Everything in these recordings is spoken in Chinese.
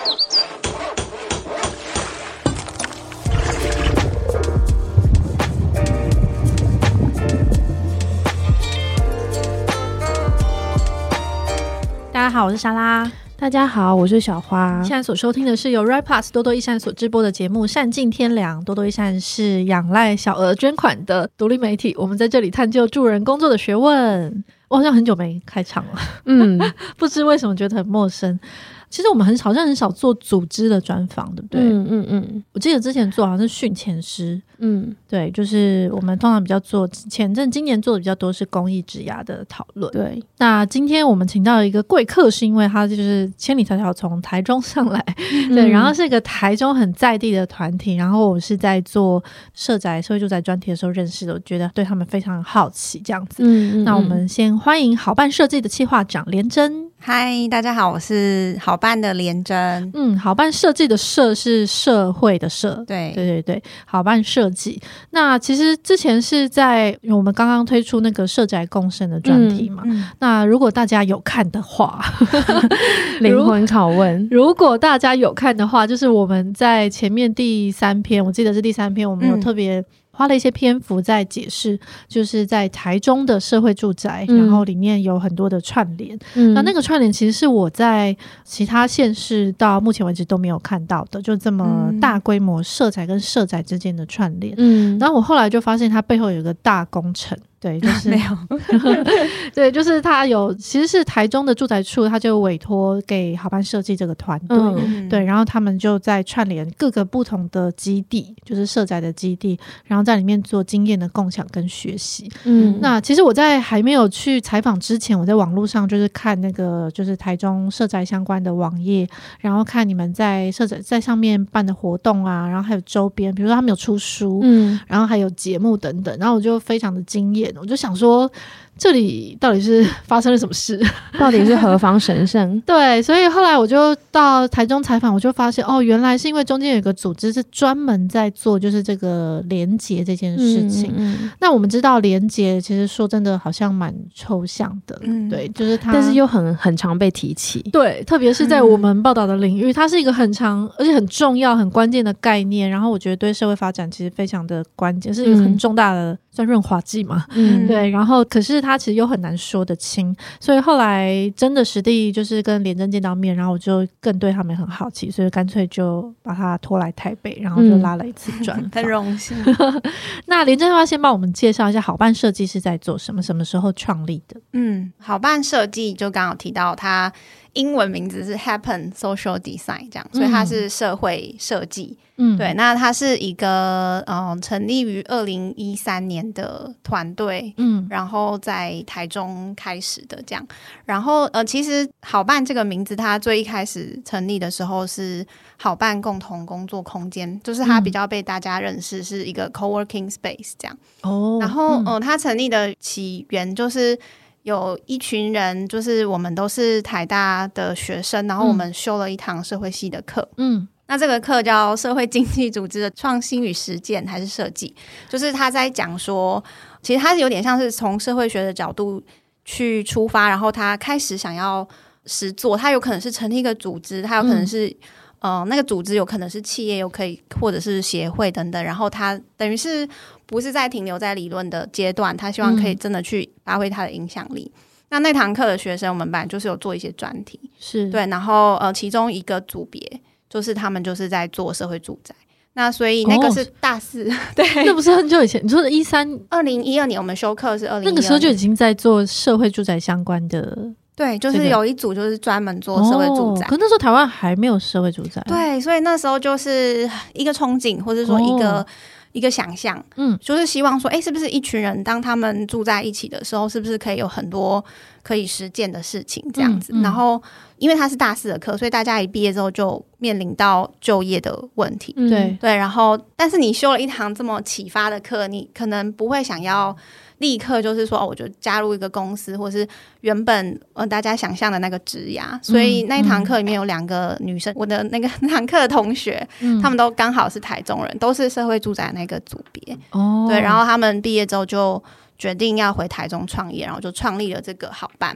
大家好，我是莎拉。 大家好，我是小花。 现在所收听的是由 Right Plus 多多益善所直播的节目《善尽天良》。多多益善是仰赖小额捐款的独立媒体，我们在这里探究助人工作的学问。我好像很久没开场了，不知为什么觉得很陌生。其实我们好像很少做组织的专访，对不对？我记得之前做好像是训前师，对，就是我们通常比较做今年做的比较多是公益职涯的讨论。 对， 那今天我们请到一个贵客，是因为他就是千里迢迢从台中上来，对，然后是一个台中很在地的团体，然后我是在做社会住宅专题的时候认识的，我觉得对他们非常好奇这样子。那我们先欢迎好办设计的企划长连珍。 嗨，大家好，我是好办的连珍。 好办设计的社是社会的社，对，好办设计。那其实之前是在我们刚刚推出那个社宅共生的专题嘛，那如果大家有看的话灵魂拷问， 如果大家有看的话，就是我们在前面第3篇，我记得是第3篇，我们有特别花了一些篇幅在解释，就是在台中的社会住宅，然后里面有很多的串联。那个串联其实是我在其他县市到目前为止都没有看到的，就这么大规模社宅跟社宅之间的串联。然后我后来就发现它背后有一个大工程。对，就是没有对，就是他其实是台中的住宅处，他就委托给好办设计这个团队，对，然后他们就在串联各个不同的基地，就是社宅的基地，然后在里面做经验的共享跟学习。那其实我在还没有去采访之前，我在网络上就是看那个就是台中社宅相关的网页，然后看你们在社宅在上面办的活动啊，然后还有周边，比如说他们有出书，然后还有节目等等，然后我就非常的惊艳。我就想说这里到底是发生了什么事， 到底是何方神圣对，所以后来我就到台中采访，我就发现原来是因为中间有一个组织是专门在做就是这个连结这件事情。那我们知道连结其实说真的好像蛮抽象的，对，就是它但是又很常被提起， 对，特别是在我们报道的领域，它是一个很长而且很重要很关键的概念，然后我觉得对社会发展其实非常的关键，是一个很重大的算润滑剂嘛，对，然后可是它其实又很难说得清，所以后来真的实地就是跟连珍见到面，然后我就更对他们很好奇，所以干脆就把他拖来台北，然后就拉了一次专访很荣幸那连珍要先帮我们介绍一下好办设计是在做什么，什么时候创立的？ 好办设计就刚好提到它英文名字是 Happen Social Design 这样，所以它是社会设计。对，那它是一个成立于2013年的团队，然后在台中开始的这样。然后其实好办这个名字它最一开始成立的时候是好办共同工作空间，就是它比较被大家认识是一个 coworking space 这样。然后它成立的起源就是有一群人，就是我们都是台大的学生，然后我们修了一堂社会系的课。那这个课叫社会经济组织的创新与实践还是设计，就是他在讲说其实他是有点像是从社会学的角度去出发，然后他开始想要实作，他有可能是成立一个组织，他有可能是那个组织有可能是企业，有可以或者是协会等等，然后他等于是不是在停留在理论的阶段，他希望可以真的去发挥他的影响力。那堂课的学生我们本来就是有做一些专题，是对，然后其中一个组别就是他们就是在做社会住宅，那所以那个是大四，对， 那不是很久以前？你说的2012 年我们修课是2012年， 那个时候就已经在做社会住宅相关的。 对，就是有一组就是专门做社会住宅， 可那时候台湾还没有社会住宅。 对，所以那时候就是一个憧憬，或者说一个想象，就是希望说是不是一群人当他们住在一起的时候，是不是可以有很多可以实践的事情这样子。然后因为他是大四的课，所以大家一毕业之后就面临到就业的问题。对，然后但是你修了一堂这么启发的课，你可能不会想要立刻就是说我就加入一个公司，或是原本大家想象的那个职涯。所以那一堂课里面有2个女生，我的那堂课的同学，他们都刚好是台中人，都是社会住宅那个组别。对，然后他们毕业之后就决定要回台中创业，然后就创立了这个好办。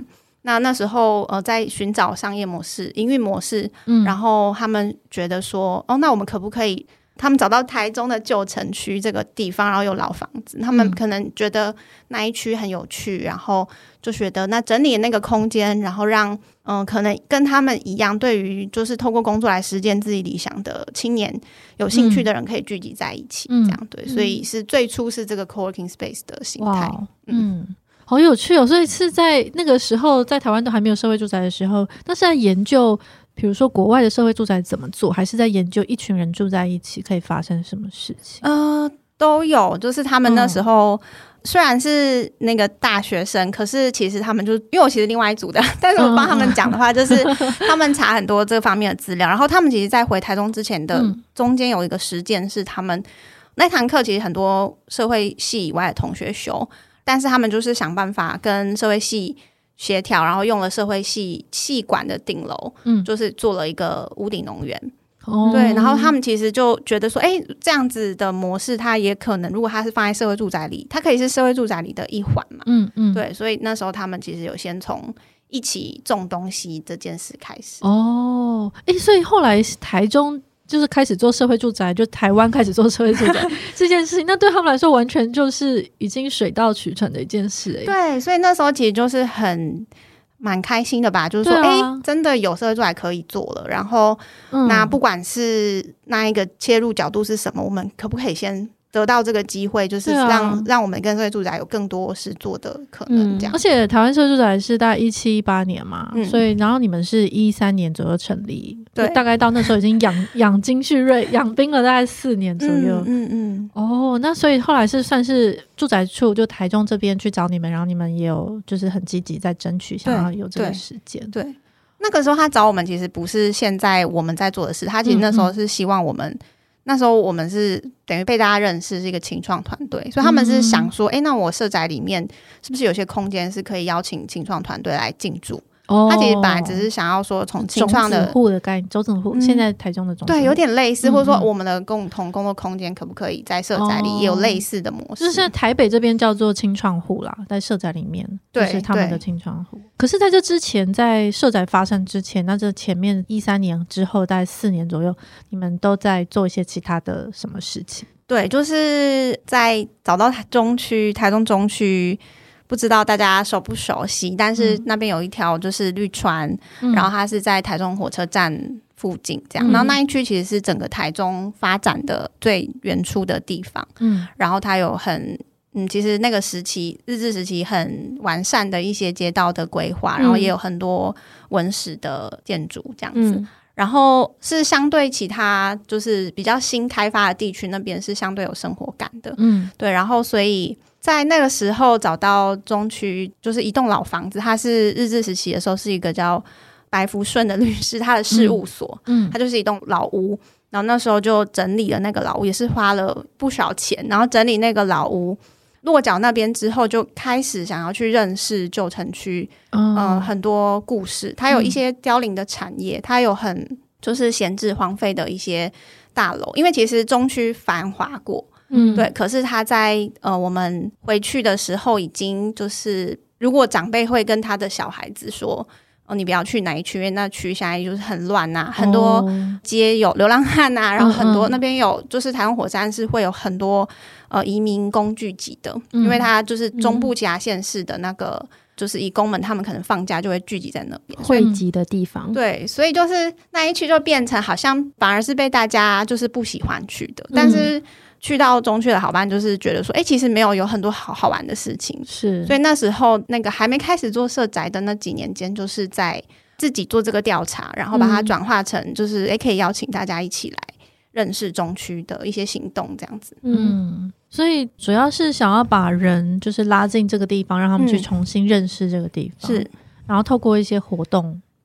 那时候在寻找商业模式、营运模式，然后他们觉得说，那我们可不可以？他们找到台中的旧城区这个地方，然后有老房子，他们可能觉得那一区很有趣，然后就觉得那整理那个空间，然后让可能跟他们一样，对于就是透过工作来实践自己理想的青年有兴趣的人可以聚集在一起，这样对，所以是最初是这个 coworking space 的形态。 好有趣哦！所以是在那个时候，在台湾都还没有社会住宅的时候，那是在研究比如说国外的社会住宅怎么做，还是在研究一群人住在一起可以发生什么事情？ 都有，就是他们那时候虽然是那个大学生，可是其实他们就因为我其实另外一组的，但是我帮他们讲的话，就是他们查很多这方面的资料，然后他们其实在回台中之前的中间有一个实践是他们那堂课其实很多社会系以外的同学修，但是他们就是想办法跟社会系协调，然后用了社会系系馆的顶楼，就是做了一个屋顶农园。对，然后他们其实就觉得说，这样子的模式，它也可能，如果它是放在社会住宅里，它可以是社会住宅里的一环嘛。对，所以那时候他们其实有先从一起种东西这件事开始。 所以后来台中就是开始做社会住宅，就台湾开始做社会住宅这件事情，那对他们来说完全就是已经水到渠成的一件事。 对，所以那时候其实就是蛮开心的吧，就是说真的有社会住宅可以做了，然后那不管是那一个切入角度是什么，我们可不可以先得到这个机会，就是让我们跟社会住宅有更多实作的可能这样。 而且台湾社会住宅是大概17-18年嘛，所以然后你们是13年左右成立，对，大概到那时候已经养精蓄锐，养兵了大概4年左右。那所以后来是算是住宅处就台中这边去找你们，然后你们也有就是很积极在争取想要有这个时间。 对，那个时候他找我们其实不是现在我们在做的事，他其实那时候是希望我们那时候我们是等于被大家认识是一个青创团队，所以他们是想说那我社宅里面是不是有些空间是可以邀请青创团队来进驻。他其实本来只是想要说从青创的种子户的概念，种子户现在台中的种子户对有点类似，或者说我们的共同工作空间可不可以在社宅里也有类似的模式， 就是现在台北这边叫做青创户啦，在社宅里面就是他们的青创户。可是在这之前，在社宅发生之前，那这前面13年之后大概4年左右，你们都在做一些其他的什么事情？ 对，就是在找到台中中区，不知道大家熟不熟悉，但是那边有一条就是绿川，然后它是在台中火车站附近这样，然后那一区其实是整个台中发展的最原初的地方，然后它有其实那个时期日治时期很完善的一些街道的规划，然后也有很多文史的建筑这样子，然后是相对其他就是比较新开发的地区那边是相对有生活感的，对，然后所以在那个时候找到中区就是一栋老房子，它是日治时期的时候是一个叫白福顺的律师他的事务所，它就是一栋老屋，然后那时候就整理了那个老屋，也是花了不少钱，然后整理那个老屋落脚那边之后，就开始想要去认识旧城区很多故事，它有一些凋零的产业，它有很就是闲置荒废的一些大楼，因为其实中区繁华过，对，可是他在我们回去的时候已经就是如果长辈会跟他的小孩子说你不要去哪一区，因为那区现在就是很乱啊，很多街有流浪汉啊，然后很多那边有就是台湾火车站是会有很多移民工聚集的，因为它就是中部其他县市的那个就是移工们他们可能放假就会聚集在那边汇集的地方， 对，所以就是那一区就变成好像反而是被大家就是不喜欢去的，但是去到中区的好伴就是觉得说其实没有很多好玩的事情， 是， 所以那时候那个还没开始做社宅的那几年间，就是在自己做这个调查，然后把它转化成就是可以邀请大家一起来认识中区的一些行动这样子。 所以主要是想要把人就是拉进这个地方，让他们去重新认识这个地方，是，然后透过一些活动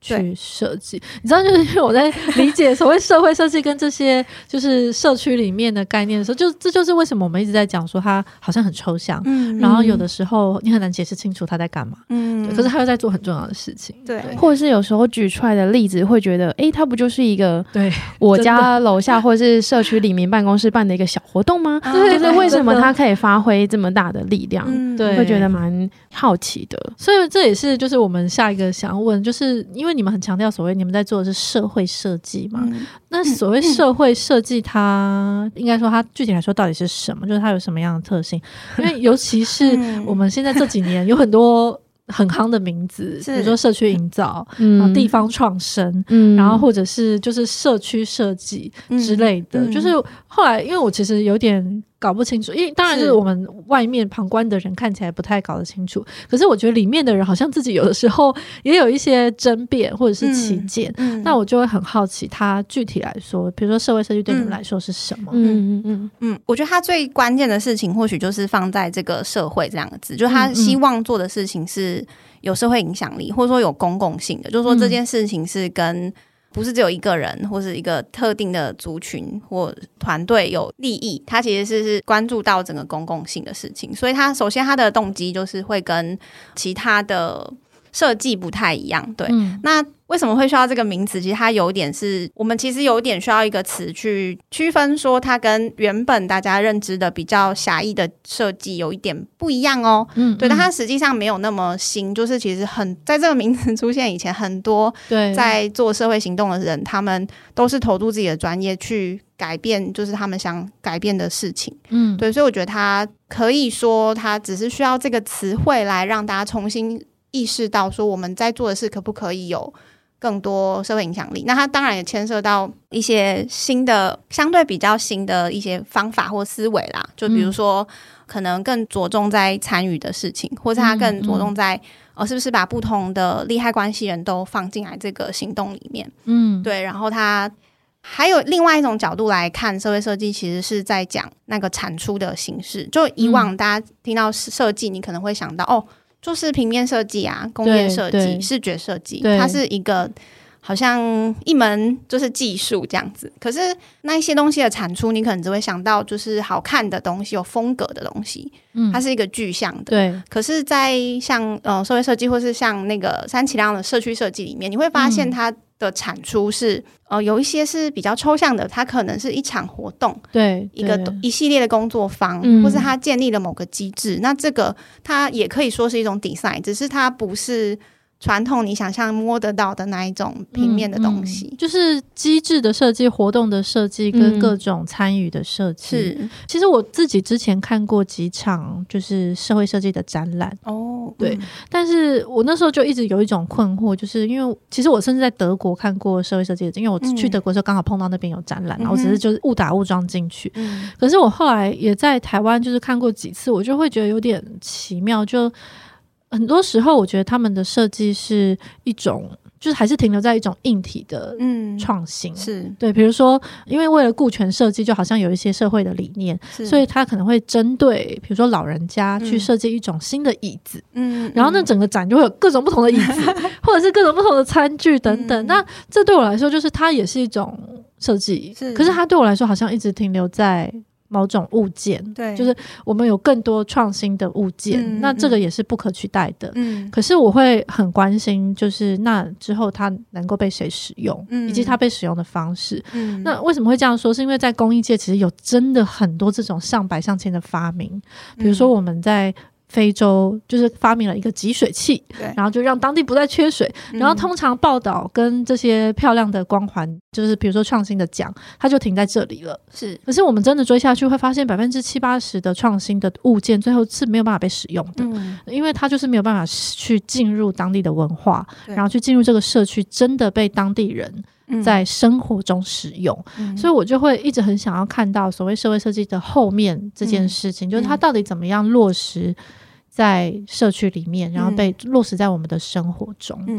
去设计。你知道，就是因为我在理解所谓社会设计跟这些就是社区里面的概念的时候，这就是为什么我们一直在讲说它好像很抽象，然后有的时候你很难解释清楚它在干嘛，可是它又在做很重要的事情， 对， 或者是有时候举出来的例子会觉得它不就是一个对我家楼下或者是社区里面办公室办的一个小活动吗？就是为什么它可以发挥这么大的力量， 对， 会觉得蛮好奇的。 所以这也是就是我们下一个想要问，就是因为你们很强调所谓你们在做的是社会设计嘛，那所谓社会设计它应该说它具体来说到底是什么，就是它有什么样的特性？因为尤其是我们现在这几年有很多很夯的名字，比如说社区营造，然后地方创生，然后或者是就是社区设计之类的，就是后来因为我其实有点搞不清楚，因为当然就是我们外面旁观的人看起来不太搞得清楚，可是我觉得里面的人好像自己有的时候也有一些争辩或者是歧见，那我就会很好奇它具体来说，比如说社会设计对你们来说是什么？ 我觉得它最关键的事情或许就是放在这个社会这两个字，就是他希望做的事情是有社会影响力，或者说有公共性的，就是说这件事情是跟不是只有一个人或是一个特定的族群或团队有利益，它其实是关注到整个公共性的事情，所以它首先它的动机就是会跟其他的设计不太一样，对，那为什么会需要这个名词？其实它有点是我们其实有点需要一个词去区分说它跟原本大家认知的比较狭义的设计有一点不一样哦，对，但它实际上没有那么新，就是其实在这个名词出现以前，很多在做社会行动的人，他们都是投入自己的专业去改变，就是他们想改变的事情，对，所以我觉得它可以说它只是需要这个词汇来让大家重新意识到说我们在做的事可不可以有更多社会影响力，那它当然也牵涉到一些新的相对比较新的一些方法或思维啦，就比如说可能更着重在参与的事情，或者它更着重在是不是把不同的利害关系人都放进来这个行动里面，对，然后它还有另外一种角度来看，社会设计其实是在讲那个产出的形式，就以往大家听到设计你可能会想到就是平面设计啊，工业设计、视觉设计，它是一个好像一门就是技术这样子，可是那一些东西的产出你可能只会想到就是好看的东西，有风格的东西，它是一个具象的， 对， 可是在像社会设计或是像那个三崎亮的社区设计里面，你会发现它的产出是有一些是比较抽象的，它可能是一场活动， 对， 一系列的工作坊，或是它建立了某个机制，那这个它也可以说是一种 design， 只是它不是传统你想象摸得到的那一种平面的东西， 就是机制的设计、活动的设计跟各种参与的设计。 是， 其实我自己之前看过几场就是社会设计的展览对，但是我那时候就一直有一种困惑，就是因为其实我甚至在德国看过社会设计的，因为我去德国的时候刚好碰到那边有展览，我只是就是误打误撞进去，可是我后来也在台湾就是看过几次，我就会觉得有点奇妙，就很多时候我觉得他们的设计是一种就是还是停留在一种硬体的创新， 是对，比如说因为为了顾全设计，就好像有一些社会的理念，所以他可能会针对比如说老人家去设计一种新的椅子，然后那整个展就会有各种不同的椅子或者是各种不同的餐具等等，那这对我来说就是它也是一种设计，可是它对我来说好像一直停留在某种物件， 对， 就是我们有更多创新的物件，那这个也是不可取代的，可是我会很关心就是那之后它能够被谁使用，以及它被使用的方式，那为什么会这样说，是因为在工艺界其实有真的很多这种上百上千的发明，比如说我们在非洲就是发明了一个集水器，然后就让当地不再缺水，然后通常报道跟这些漂亮的光环就是比如说创新的奖它就停在这里了， 是，可是我们真的追下去会发现70-80%的创新的物件最后是没有办法被使用的，因为它就是没有办法去进入当地的文化，然后去进入这个社区真的被当地人在生活中使用，所以我就会一直很想要看到所谓社会设计的后面这件事情，就是它到底怎么样落实在社区里面，然后被落实在我们的生活中，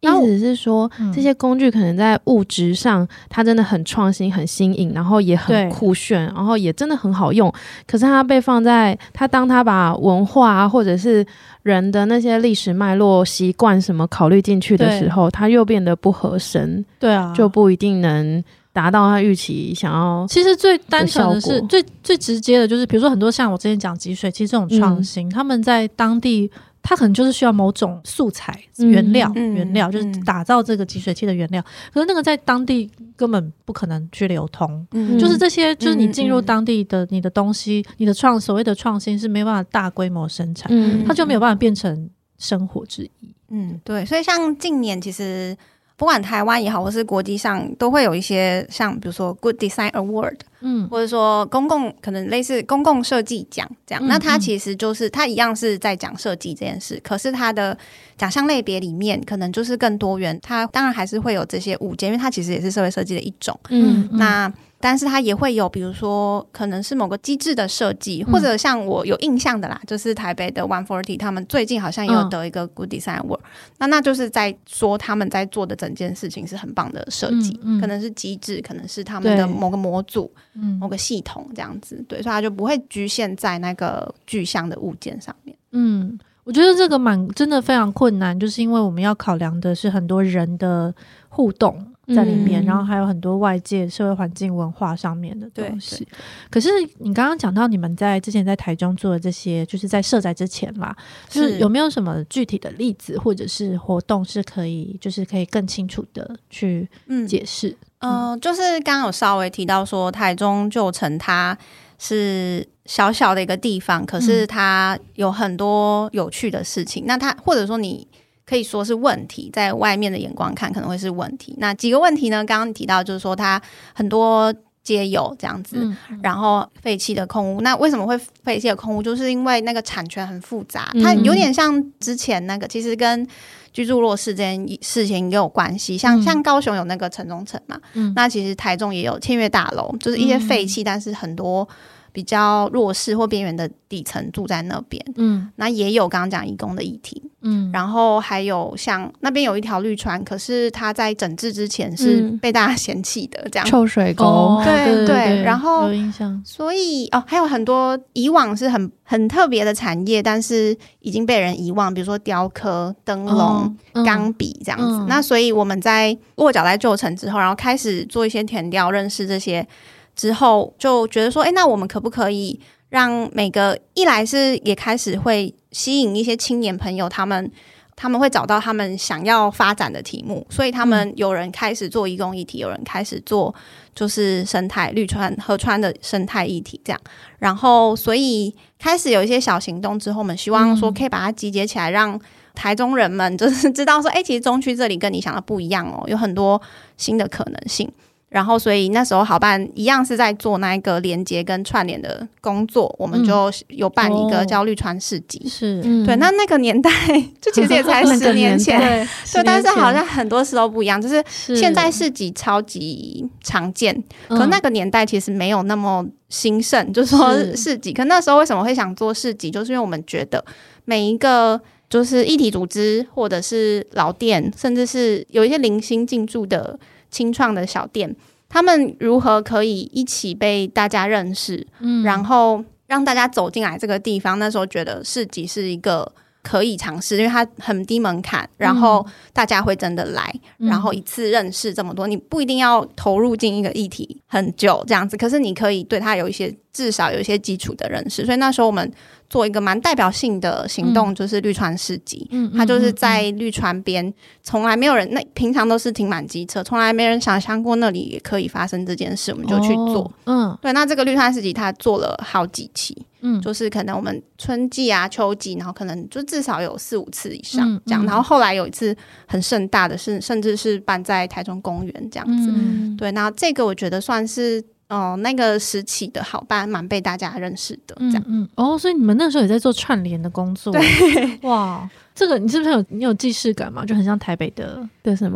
意思是说，这些工具可能在物质上它真的很创新很新颖，然后也很酷炫，然后也真的很好用，可是它被放在当它把文化啊或者是人的那些历史脉络习惯什么考虑进去的时候，它又变得不合身，对啊，就不一定能达到他预期想要。其实最单纯的是最直接的就是比如说很多像我之前讲集水器这种创新，他们在当地它可能就是需要某种素材原料就是打造这个集水器的原料，可是那个在当地根本不可能去流通，就是这些就是你进入当地的你的东西，你的所谓的创新是没有办法大规模生产，它就没有办法变成生活之一。 对，所以像近年其实不管台湾也好或是国际上都会有一些像比如说 Good Design Award，或者说可能类似公共设计奖这样，那它其实就是它一样是在讲设计这件事，可是它的奖项类别里面可能就是更多元，它当然还是会有这些物件，因为它其实也是社会设计的一种，那但是它也会有比如说可能是某个机制的设计，或者像我有印象的啦，就是台北的 140 他们最近好像也有得一个 Good Design Award，那就是在说他们在做的整件事情是很棒的设计，可能是机制，可能是他们的某个模组，某个系统这样子，对，所以它就不会局限在那个具象的物件上面。 我觉得这个真的非常困难，就是因为我们要考量的是很多人的互动在里面，然后还有很多外界社会环境文化上面的东西。可是你刚刚讲到你们之前在台中做的这些，就是在社宅之前啦，就是有没有什么具体的例子或者是活动是可以更清楚的去解释？ 就是刚刚有稍微提到说台中旧城它是小小的一个地方，可是它有很多有趣的事情，那它或者说你可以说是问题，在外面的眼光看可能会是问题。那几个问题呢，刚刚提到就是说它很多街友这样子，然后废弃的空屋，那为什么会废弃的空屋，就是因为那个产权很复杂，它有点像之前那个其实跟居住弱势这件事情也有关系，像高雄有那个城中城嘛，那其实台中也有千悦大楼，就是一些废弃但是很多比较弱势或边缘的底层住在那边，那也有刚刚讲移工的议题，然后还有像那边有一条绿川，可是它在整治之前是被大家嫌弃的，这样臭水沟， 对，然后有印象， 所以还有很多以往是很特别的产业，但是已经被人遗忘，比如说雕刻、灯笼、钢笔这样子，那所以我们在落脚在旧城之后，然后开始做一些田调，认识这些之后，就觉得说那我们可不可以让每个一来是也开始会吸引一些青年朋友，他们会找到他们想要发展的题目，所以他们有人开始做移工议题，有人开始做就是生态绿川河川的生态议题这样，然后所以开始有一些小行动之后，我们希望说可以把它集结起来，让台中人们就是知道说其实中区这里跟你想的不一样有很多新的可能性。然后所以那时候好办一样是在做那一个连接跟串联的工作，我们就有办一个叫绿川市集，对，那个年代就其实也才10年前对，但是好像很多事都不一样，就是现在市集超级常见，可那个年代其实没有那么兴盛，就是说市集，可那时候为什么会想做市集，就是因为我们觉得每一个就是议题组织或者是老店，甚至是有一些零星进驻的青创的小店，他们如何可以一起被大家认识，然后让大家走进来这个地方，那时候觉得市集是一个可以尝试，因为它很低门槛，然后大家会真的来，然后一次认识这么多，你不一定要投入进一个议题很久这样子，可是你可以对它有一些至少有一些基础的认识，所以那时候我们做一个蛮代表性的行动，就是绿川市集，它就是在绿川边，从来没有人，那平常都是停满机车，从来没人想象过那里也可以发生这件事，我们就去做。对，那这个绿川市集它做了好几期，就是可能我们春季啊、秋季，然后可能就至少有4-5次以上这样，然后后来有一次很盛大的甚至是办在台中公园这样子。对，那这个我觉得算是那个时期的好办，蛮被大家认识的这样。 所以你们那时候也在做串联的工作。 对， 哇，这个你是不是你有既视感吗？就很像台北的什么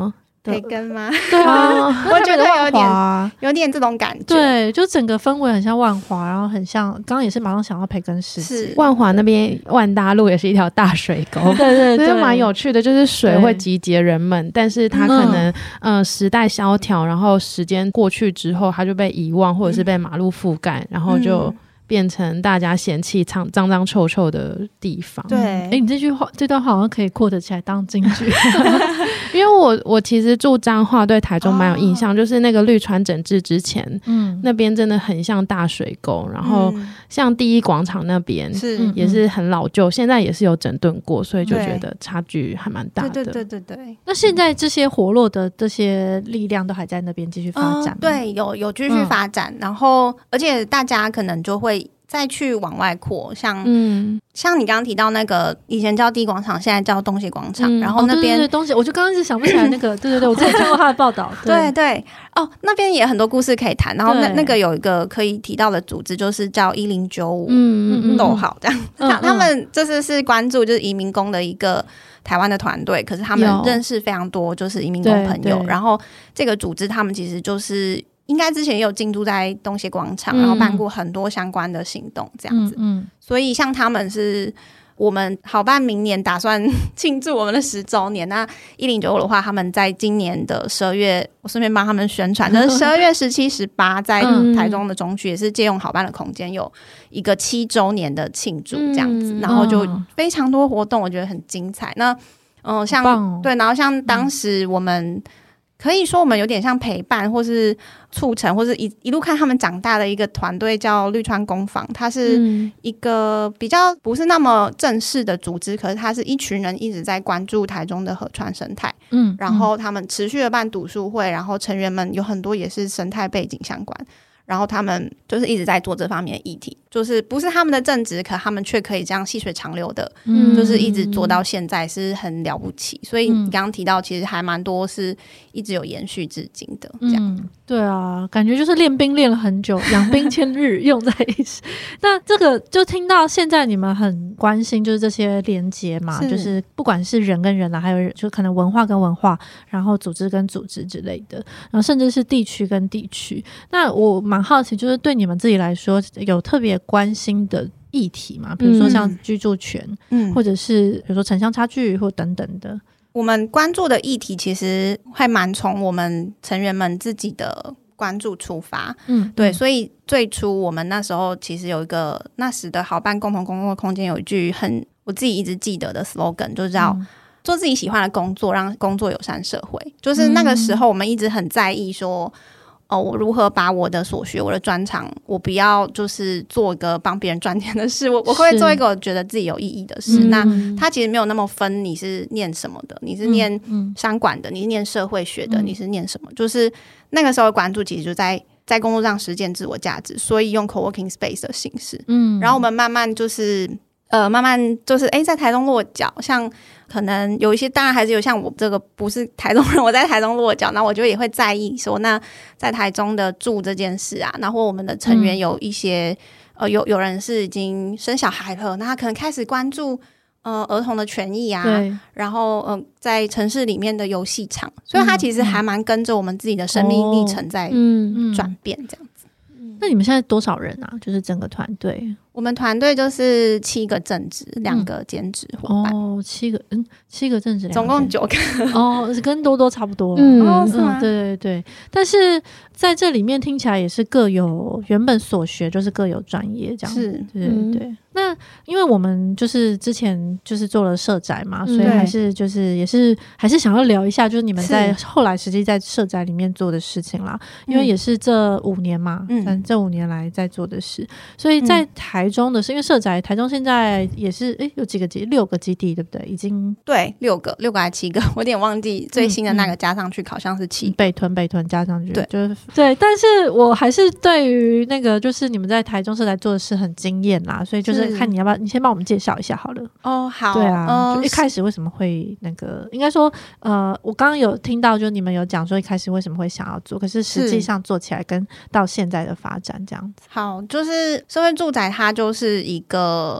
培根吗？ 对啊， 我觉得有点这种感觉。 对，就整个氛围很像万华，然后很像刚刚也是马上想到培根市集。 万华那边万大路也是一条大水沟， 对， 就蛮有趣的，就是水会集结人们，但是它可能时代萧条，然后时间过去之后，它就被遗忘，或者是被马路覆盖，然后就变成大家嫌弃脏脏臭臭的地方。 对， 你这段话好像可以quote起来当金句。 因为我其实住彰化，对台中蛮有印象，就是那个绿川整治之前，那边真的很像大水沟，然后像第一广场那边也是很老旧，现在也是有整顿过，所以就觉得差距还蛮大的。 对。 那现在这些活络的这些力量都还在那边继续发展吗？ 对，有继续发展，然后而且大家可能就会再去往外扩，像你刚刚提到那个以前叫第一广场，现在叫东协广场，然后那边对东协，我就刚刚一直想不起来那个，对，我之前看过他的报道， 对那边也很多故事可以谈，然后那个有一个可以提到的组织，就是叫1095逗号这样，他们是关注就是移民工的一个台湾的团队，可是他们认识非常多就是移民工朋友，然后这个组织他们其实就是应该之前也有进驻在东协广场，然后办过很多相关的行动这样子，所以像他们是我们好办明年打算庆祝我们的10周年，那1095的话，他们在今年的12月，我顺便帮他们宣传，就是12月17、18在台中的中区也是借用好办的空间有一个7周年的庆祝这样子，然后就非常多活动，我觉得很精彩。那像对，然后像当时我们可以说我们有点像陪伴或是促成或是一路看他们长大的一个团队，叫绿川工坊，它是一个比较不是那么正式的组织，可是它是一群人一直在关注台中的河川生态，然后他们持续的办读书会，然后成员们有很多也是生态背景相关，然后他们就是一直在做这方面的议题，就是不是他们的正职，可他们却可以这样细水长流的，就是一直做到现在，是很了不起。所以你刚刚提到其实还蛮多是一直有延续至今的这样。 对啊，感觉就是练兵练了很久，养兵千日用在一起。那这个就听到现在你们很关心就是这些连结嘛，就是不管是人跟人啊，还有就可能文化跟文化，然后组织跟组织之类的，然后甚至是地区跟地区。那我蛮好奇，就是对你们自己来说有特别关心的议题嘛？比如说像居住权，或者是比如说城乡差距或等等的。 我们关注的议题其实会蛮从我们成员们自己的关注出发，对，所以最初我们那时候其实有一个那时的好办共同公共空间有一句我自己一直记得的 slogan， 就是叫做自己喜欢的工作，让工作友善社会。就是那个时候我们一直很在意说我如何把我的所学我的专长，我不要就是做一个帮别人赚钱的事，我会做一个我觉得自己有意义的事。那它其实没有那么分你是念什么的，你是念商管的，你是念社会学的，你是念什么，就是那个时候的关注其实就在工作上实践自我价值，所以用 co-working space 的形式，然后我们慢慢就是在台中落脚，像可能有一些当然还是有像我这个不是台中人，我在台中落脚，那我就也会在意说那在台中的住这件事啊，然后我们的成员有一些有人是已经生小孩了，那他可能开始关注儿童的权益啊，然后在城市里面的游戏场，所以他其实还蛮跟着我们自己的生命历程在转变这样子。 那你们现在多少人啊？就是整个团队？ 我们团队就是7个正职，2个兼职伙伴。 7个正职， 总共9个。 是跟多多差不多。 是吗？ 对。但是在这里面听起来也是各有原本所学，就是各有专业这样子。是，对。那因为我们就是之前就是做了社宅嘛，所以还是就是还是想要聊一下，就是你们在后来实际在社宅里面做的事情啦。因为也是这5年嘛，这5年来在做的事，所以在台中的是因为社宅，台中现在也是有几个6个基地，对不对？已经对6个还7个，我有点忘记最新的那个加上去，好像是7。 北屯加上去，对。但是我还是对于那个就是你们在台中社宅做的事很惊艳啦，所以就是看你要不要你先帮我们介绍一下好了。 好。 对啊，就一开始为什么会那个，应该说我刚刚有听到就你们有讲说一开始为什么会想要做，可是实际上做起来跟到现在的发展这样子。 好，就是社会住宅它就是一个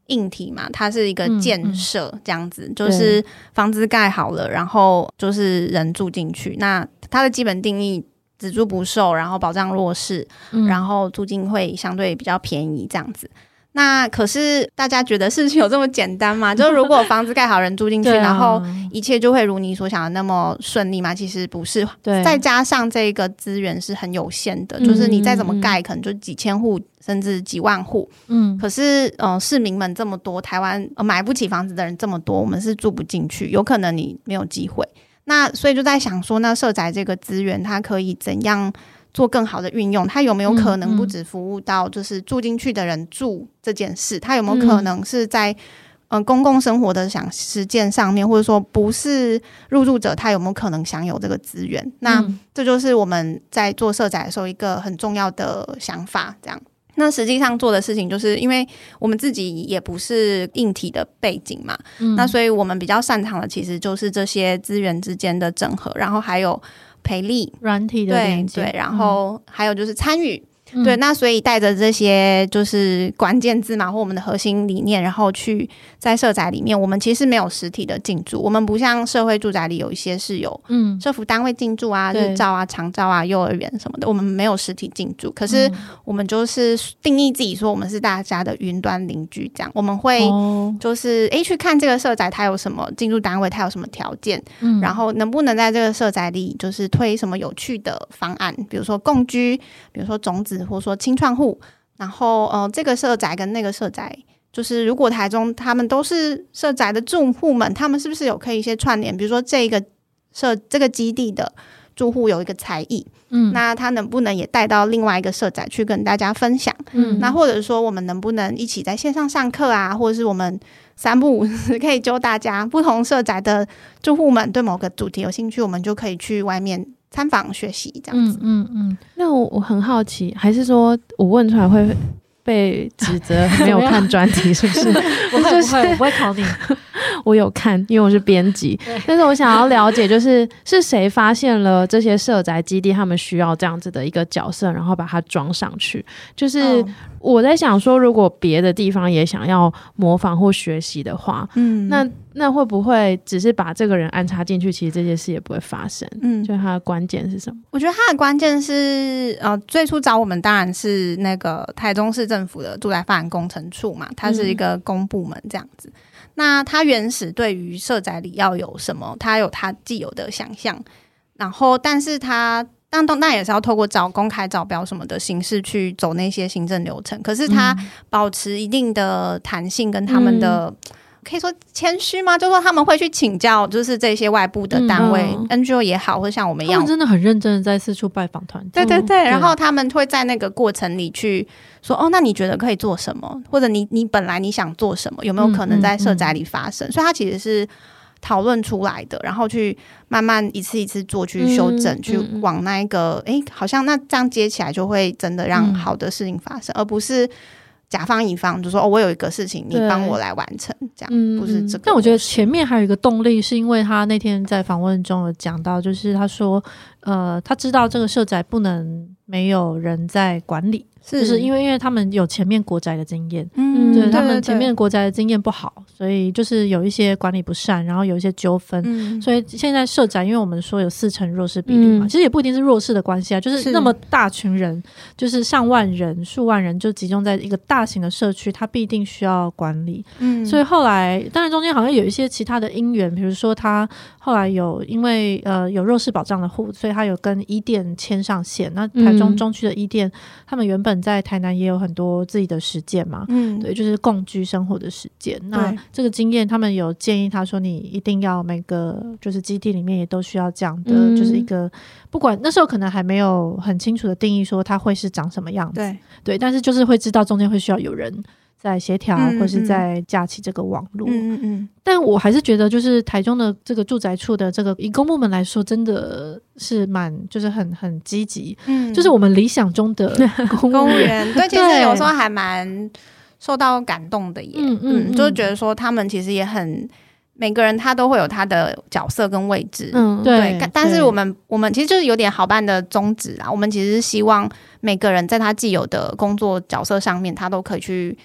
硬体嘛，它是一个建设这样子，就是房子盖好了，然后就是人住进去。那它的基本定义只租不售，然后保障弱势，然后租金会相对比较便宜这样子。那可是大家觉得事情有这么简单吗？就是如果房子盖好人住进去然后一切就会如你所想的那么顺利吗？其实不是，再加上这个资源是很有限的，就是你再怎么盖可能就几千户甚至几万户，可是市民们这么多，台湾买不起房子的人这么多，我们是住不进去，有可能你没有机会。那所以就在想说，那社宅这个资源它可以怎样做更好的运用，它有没有可能不只服务到就是住进去的人住这件事，它有没有可能是在公共生活的实践上面，或者说不是入住者他有没有可能享有这个资源，那这就是我们在做社宅的时候一个很重要的想法这样。那实际上做的事情就是因为我们自己也不是硬体的背景嘛，那所以我们比较擅长的其实就是这些资源之间的整合，然后还有培力软体的连接， 对，然后还有就是参与，对，那所以带着这些就是关键字嘛，或我们的核心理念，然后去在社宅里面，我们其实没有实体的进驻，我们不像社会住宅里有一些是有社福单位进驻啊，日照啊、长照啊、幼儿园什么的，我们没有实体进驻，可是我们就是定义自己说我们是大家的云端邻居，这样我们会就是去看这个社宅它有什么进驻单位，它有什么条件，然后能不能在这个社宅里就是推什么有趣的方案，比如说共居，比如说种子，或者说青创户，然后这个社宅跟那个社宅，就是如果台中他们都是社宅的住户们，他们是不是有可以一些串联，比如说这个基地的住户有一个才艺，那他能不能也带到另外一个社宅去跟大家分享，那或者说我们能不能一起在线上上课啊，或者是我们3不5时可以揪大家不同社宅的住户们对某个主题有兴趣，我们就可以去外面参访学习这样子。 那我很好奇，还是说我问出来会被指责没有看专题是不是？ 不会，我不会考你。 我有看，因为我是编辑，但是我想要了解，就是谁发现了这些社宅基地他们需要这样子的一个角色，然后把它装上去。就是我在想说，如果别的地方也想要模仿或学习的话，那会不会只是把这个人安插进去，其实这件事也不会发生？就它的关键是什么？ 我觉得它的关键是最初找我们当然是那个台中市政府的住宅发展工程处嘛，它是一个公部门这样子。那他原始对于社宅里要有什么，他有他既有的想象，然后但是他当然也是要透过公开招标什么的形式去走那些行政流程，可是他保持一定的弹性跟他们的可以说谦虚吗？就说他们会去请教，就是这些外部的单位、NGO 也好，或者像我们一样， 他们真的很认真的在四处拜访团体。 对，然后他们会在那个过程里去说，那你觉得可以做什么？或者你本来你想做什么？有没有可能在社宅里发生？所以它其实是讨论出来的，然后去慢慢一次一次做，去修正，去往那一个好像那这样接起来就会真的让好的事情发生，而不是甲方乙方就说我有一个事情你帮我来完成，这样不是这个。 但我觉得前面还有一个动力，是因为他那天在访问中有讲到，就是他说他知道这个社宅不能没有人在管理，就是因为他们有前面国宅的经验，对，他们前面国宅的经验不好，所以就是有一些管理不善，然后有一些纠纷，所以现在社宅因为我们说有40%弱势比例嘛，其实也不一定是弱势的关系啊，就是那么大群人，就是上万人数万人就集中在一个大型的社区，他必定需要管理，所以后来当然中间好像有一些其他的因缘，比如说他后来因为有弱势保障的户，所以他有跟伊甸牵上线，那台中中区的伊甸他们原本在台南也有很多自己的实践嘛，对，就是共居生活的实践，那这个经验他们有建议他说你一定要每个就是基地里面也都需要这样的，就是一个不管那时候可能还没有很清楚的定义说它会是长什么样子，对，但是就是会知道中间会需要有人在协调或是在架起这个网络，但我还是觉得就是台中的这个住宅处的这个以公部门来说真的是就是很积极，就是我们理想中的公务员对，其实有时候还蛮受到感动的耶，就是觉得说他们其实也很每个人他都会有他的角色跟位置，对，但是我们其实就是有点好办的宗旨啊，我们其实是希望每个人在他既有的工作角色上面他都可以去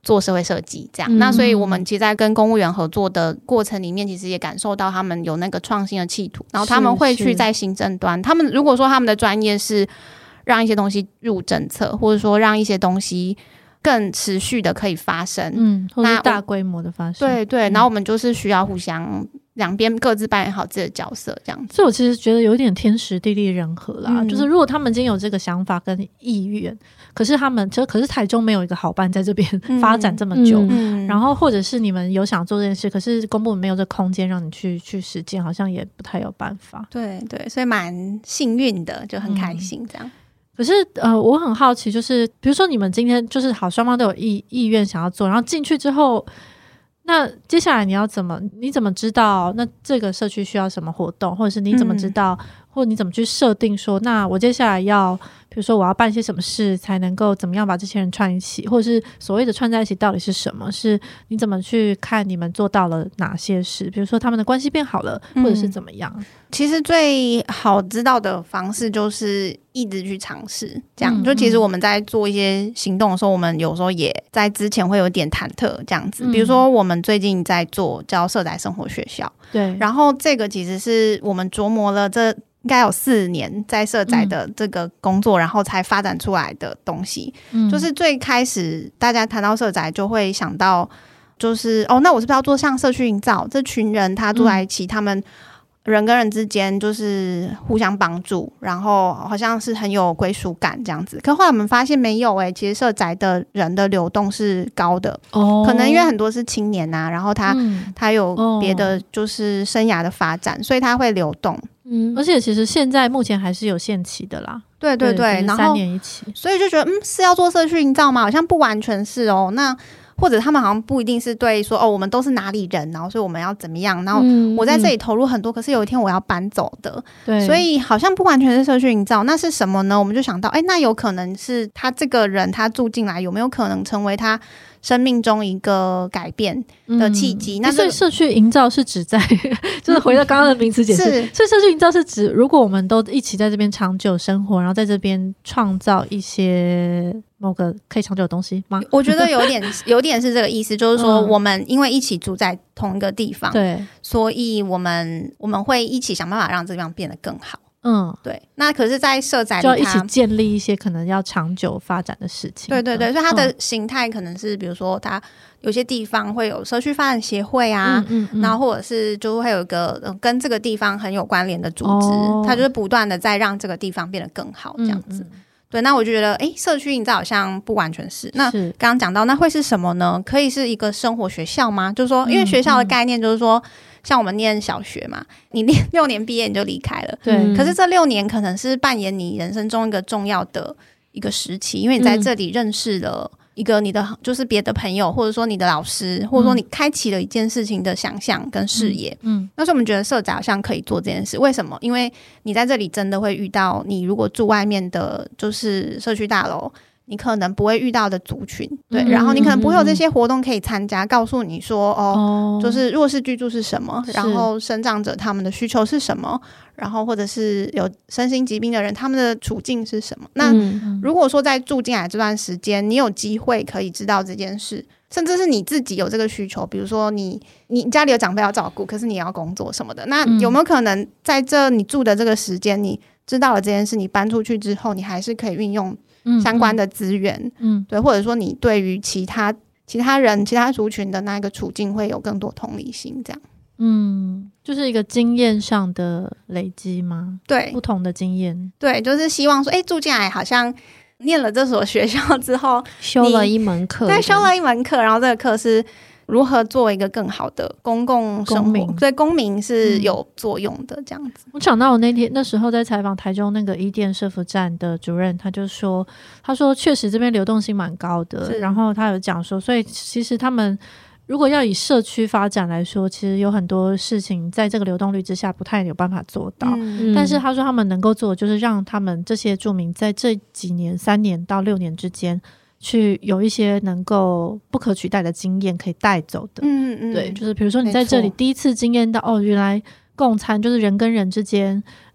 做社会设计这样。那所以我们其实在跟公务员合作的过程里面，其实也感受到他们有那个创新的企图，然后他们会去在行政端，他们如果说他们的专业是让一些东西入政策，或者说让一些东西更持续的可以发生， 或是大规模的发生， 对对，然后我们就是需要互相两边各自扮演好自己的角色这样子。 所以我其实觉得有点天时地利人和啦，就是如果他们今天有这个想法跟意愿，可是台中没有一个好办在这边发展这么久，然后或者是你们有想做这件事，可是公部门没有这空间让你去实践，好像也不太有办法。 对对，所以蛮幸运的，就很开心这样。 可是我很好奇，就是比如说你们今天就是好，双方都有意愿想要做，然后进去之后，那接下来你怎么知道那这个社区需要什么活动，或者是你怎么知道，或者你怎么去设定说，那我接下来要比如说我要办些什么事才能够怎么样把这些人串一起，或者是所谓的串在一起到底是什么，是你怎么去看你们做到了哪些事，比如说他们的关系变好了，或者是怎么样。 其实最好知道的方式就是一直去尝试，这样就其实我们在做一些行动的时候，我们有时候也在之前会有点忐忑这样子。比如说我们最近在做叫社宅生活学校， 对， 然后这个其实是我们琢磨了这应该有4年在社宅的这个工作，然后才发展出来的东西。就是最开始大家谈到社宅就会想到就是那我是不是要做像社区营造，这群人他住在一起，他们人跟人之间就是互相帮助，然后好像是很有归属感这样子。可后来我们发现没有其实社宅的人的流动是高的，可能因为很多是青年啊，然后他有别的就是生涯的发展，所以他会流动。 而且其实现在目前还是有限期的啦。 对对对，然后3 年一期， 所以就觉得是要做社区营造吗？好像不完全是那或者他们好像不一定是对说我们都是哪里人，然后所以我们要怎么样，然后我在这里投入很多，可是有一天我要搬走的，对，所以好像不完全是社区营造。那是什么呢？我们就想到那有可能是他这个人他住进来，有没有可能成为他生命中一个改变的契机？那所以社区营造是指在就是回到刚刚的名词解释，所以社区营造是指如果我们都一起在这边长久生活，然后在这边创造一些某个可以长久的东西吗？ 我觉得有点是这个意思，就是说我们因为一起住在同一个地方，对，所以我们会一起想办法让这地方变得更好。对。那可是在社宅里就要一起建立一些可能要长久发展的事情。 对对对，所以它的形态可能是比如说它有些地方会有社区发展协会啊，然后或者是就会有一个跟这个地方很有关联的组织，它就是不断的在让这个地方变得更好这样子。对，那我觉得社区营造好像不完全是。那刚刚讲到那会是什么呢？可以是一个生活学校吗？就是说因为学校的概念就是说像我们念小学嘛，你念6年毕业你就离开了，对。可是这6年可能是扮演你人生中一个重要的一个时期，因为你在这里认识了一个你的就是别的朋友，或者说你的老师，或者说你开启了一件事情的想象跟视野。那时候我们觉得社宅好像可以做这件事。为什么？因为你在这里真的会遇到你如果住外面的就是社区大楼你可能不会遇到的族群，对，然后你可能不会有这些活动可以参加，告诉你说就是弱势居住是什么，然后生长者他们的需求是什么，然后或者是有身心疾病的人他们的处境是什么。那如果说在住进来这段时间你有机会可以知道这件事，甚至是你自己有这个需求，比如说你家里有长辈要照顾，可是你也要工作什么的，那有没有可能在这你住的这个时间你知道了这件事，你搬出去之后你还是可以运用相关的资源，对，或者说你对于其他人其他族群的那个处境会有更多同理心，这样就是一个经验上的累积吗？对，不同的经验， 对，就是希望说住进来好像念了这所学校之后修了一门课， 对，修了一门课，然后这个课是如何做一个更好的公共生活，对公民是有作用的这样子。 我想到我那时候在采访台中那个伊甸社福站的主任，他说确实这边流动性蛮高的，然后他有讲说，所以其实他们如果要以社区发展来说，其实有很多事情在这个流动率之下不太有办法做到，但是他说他们能够做的就是让他们这些住民在这几年3年到6年之间去有一些能够不可取代的经验可以带走的。对，就是比如说你在这里第一次经验到原来共餐就是人跟人之间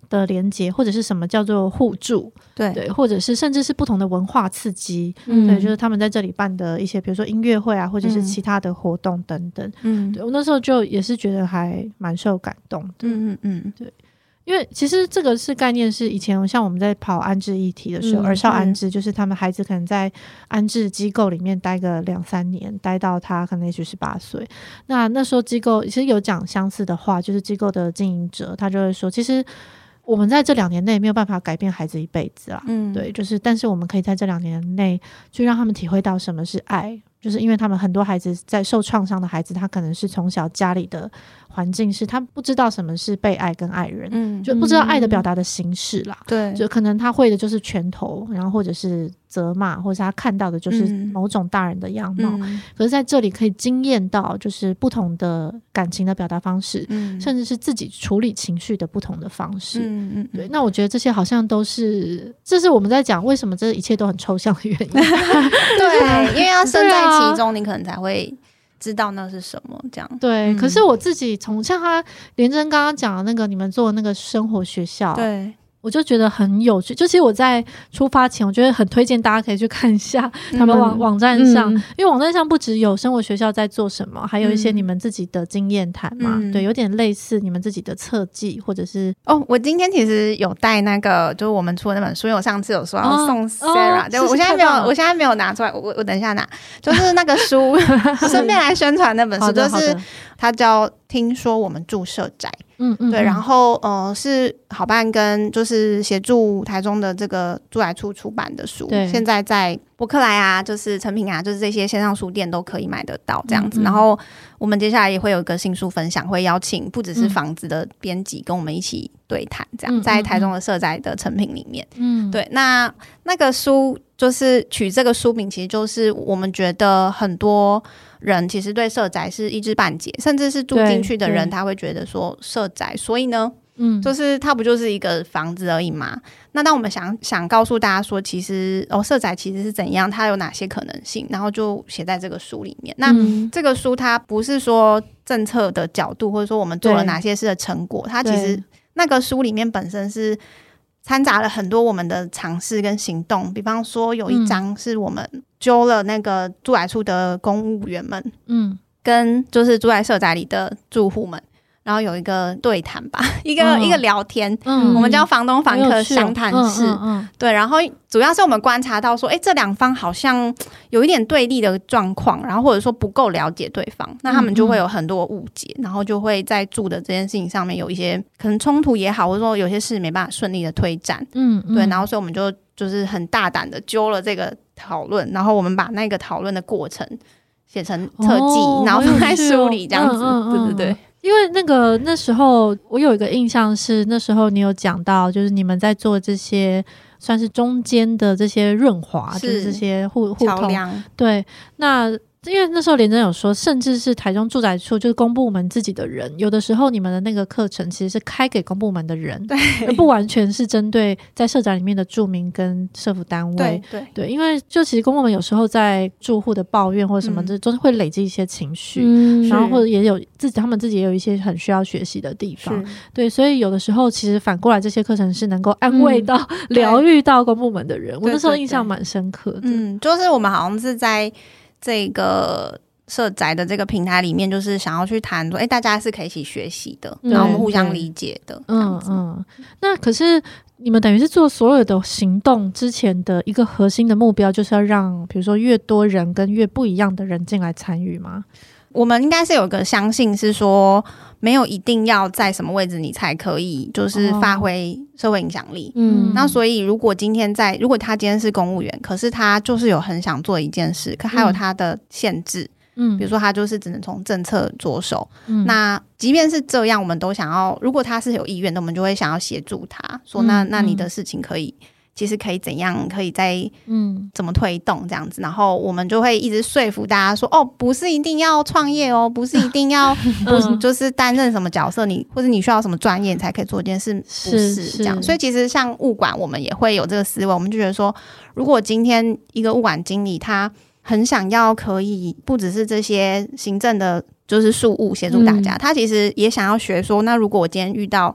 的连结，或者是什么叫做互助，对，或者是甚至是不同的文化刺激，对，就是他们在这里办的一些比如说音乐会啊，或者是其他的活动等等，对，我那时候就也是觉得还蛮受感动的，对。因为其实这个是概念是以前像我们在跑安置议题的时候，儿少安置就是他们孩子可能在安置机构里面待个2-3年，待到他可能也许18岁，那时候机构其实有讲相似的话，就是机构的经营者他就会说，其实我们在这2年内没有办法改变孩子一辈子啦，对，就是但是我们可以在这2年内去让他们体会到什么是爱，就是因为他们很多孩子在受创伤的孩子，他可能是从小家里的环境是他不知道什么是被爱跟爱人，就不知道爱的表达的形式啦，对，就可能他会的就是拳头，然后或者是责骂，或者是他看到的就是某种大人的样貌，可是在这里可以经验到就是不同的感情的表达方式，甚至是自己处理情绪的不同的方式，对，那我觉得这些好像都是，这是我们在讲为什么这一切都很抽象的原因对，因为要身在其中，你可能才会知道那是什么这样。 对，可是我自己从像他连珍刚刚讲的那个你们做的那个生活学校，对，我就觉得很有趣，就其实我在出发前我觉得很推荐大家可以去看一下他们网站上，因为网站上不只有生活学校在做什么，还有一些你们自己的经验谈嘛，对，有点类似你们自己的测记或者是我今天其实有带那个就是我们出的那本书，因为我上次有说要送 Sarah，对，我现在没有拿出来，我等一下拿，就是那个书顺便来宣传那本书，就是它叫听说我们住社宅，对，然后是好伴跟就是协助台中的这个住宅处出版的书，现在在博客来啊，就是诚品啊，就是这些线上书店都可以买得到这样子。然后我们接下来也会有一个新书分享，会邀请不只是房子的编辑跟我们一起对谈，这样在台中的社宅的诚品里面，对，那个书就是取这个书名，其实就是我们觉得很多人其实对社宅是一知半解，甚至是住进去的人他会觉得说社宅所以呢就是它不就是一个房子而已嘛，那当我们想告诉大家说其实社宅其实是怎样，它有哪些可能性，然后就写在这个书里面。那这个书它不是说政策的角度或者说我们做了哪些事的成果，它其实那个书里面本身是掺杂了很多我们的尝试跟行动，比方说有一章是我们揪了那个住宅处的公务员们跟就是住在社宅里的住户们，然后有一个对谈吧，一个聊天，我们叫房东房客详谈室，对，然后主要是我们观察到说这两方好像有一点对立的状况，然后或者说不够了解对方，那他们就会有很多误解，然后就会在住的这件事情上面有一些可能冲突也好，或者说有些事没办法顺利的推展，对，然后所以我们就是很大胆的揪了这个讨论，然后我们把那个讨论的过程写成特记，然后放在书里这样子，对对对。 因为那时候我有一个印象是，那时候你有讲到，就是你们在做这些算是中间的这些润滑，就是这些互通，对，那因为那时候连珍有说，甚至是台中住宅处就是公部门自己的人，有的时候你们的那个课程其实是开给公部门的人，对，而不完全是针对在社宅里面的住民跟社福单位，对，因为就其实公部门有时候在住户的抱怨或者什么的，就是会累积一些情绪，然后或者也有他们自己也有一些很需要学习的地方，对，所以有的时候其实反过来这些课程是能够安慰到、疗愈到公部门的人，我那时候印象蛮深刻的， 就是我们好像是在这个社宅的这个平台里面，就是想要去谈说大家是可以一起学习的，然后我们互相理解的这样子。 那可是你们等于是做所有的行动之前的一个核心的目标，就是要让比如说越多人跟越不一样的人进来参与吗？ 我们应该是有一个相信是说没有一定要在什么位置你才可以就是发挥社会影响力，那所以如果他今天是公务员，可是他就是有很想做一件事，可还有他的限制，比如说他就是只能从政策着手，那即便是这样我们都想要，如果他是有意愿的，我们就会想要协助他说那你的事情其实可以怎样，可以再怎么推动这样子，然后我们就会一直说服大家说不是一定要创业不是一定要就是担任什么角色，或者你需要什么专业你才可以做一件事，不是这样。所以其实像物管我们也会有这个思维，我们就觉得说如果今天一个物管经理他很想要可以不只是这些行政的就是事务协助大家，他其实也想要学说那如果我今天遇到